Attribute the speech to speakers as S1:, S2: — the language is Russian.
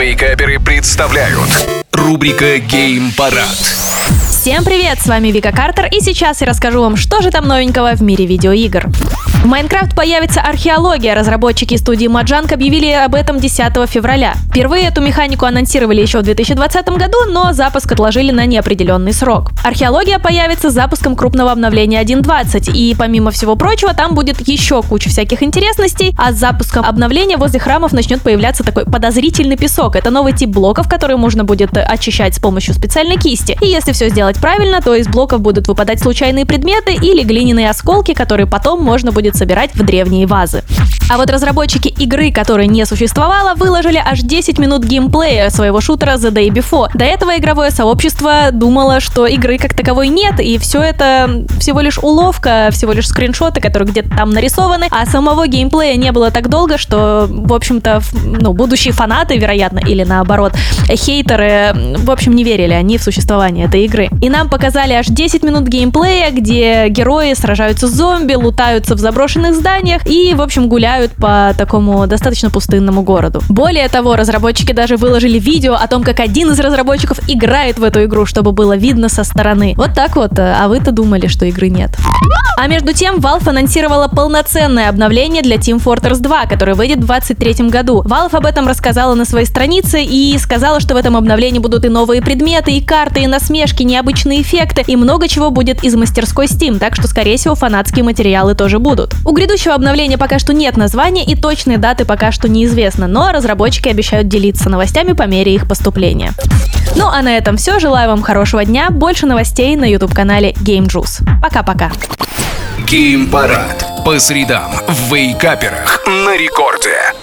S1: Вейкаперы представляют рубрика «Геймпарад».
S2: Всем привет, с вами Вика Картер, и сейчас я расскажу вам, что же там новенького в мире видеоигр. В Майнкрафт появится археология. Разработчики студии Mojang объявили об этом 10 февраля. Впервые эту механику анонсировали еще в 2020 году, но запуск отложили на неопределенный срок. Археология появится с запуском крупного обновления 1.20, и помимо всего прочего, там будет еще куча всяких интересностей, а с запуском обновления возле храмов начнет появляться такой подозрительный песок. Это новый тип блоков, которые можно будет очищать с помощью специальной кисти. И если все сделать правильно, то из блоков будут выпадать случайные предметы или глиняные осколки, которые потом можно будет собирать в древние вазы. А вот разработчики игры, которой не существовало, выложили аж 10 минут геймплея своего шутера The Day Before. До этого игровое сообщество думало, что игры как таковой нет, и все это всего лишь уловка, всего лишь скриншоты, которые где-то там нарисованы, а самого геймплея не было так долго, что, в общем-то, будущие фанаты, вероятно, или наоборот, хейтеры, в общем, не верили они в существование этой игры. И нам показали аж 10 минут геймплея, где герои сражаются с зомби, лутаются в заброшенных зданиях и, в общем, гуляют по такому достаточно пустынному городу. Более того, разработчики даже выложили видео о том, как один из разработчиков играет в эту игру, чтобы было видно со стороны. Вот так вот, а вы-то думали, что игры нет. А между тем, Valve анонсировала полноценное обновление для Team Fortress 2, которое выйдет в 2023 году. Valve об этом рассказала на своей странице и сказала, что в этом обновлении будут и новые предметы, и карты, и насмешки, необычные эффекты, и много чего будет из мастерской Steam, так что, скорее всего, фанатские материалы тоже будут. У грядущего обновления пока что нет названия, и точные даты пока что неизвестно, но разработчики обещают делиться новостями по мере их поступления. Ну а на этом все. Желаю вам хорошего дня. Больше новостей на YouTube-канале Game Juice. Пока-пока.
S1: Геймпарад по средам в Вейкаперах на рекорде.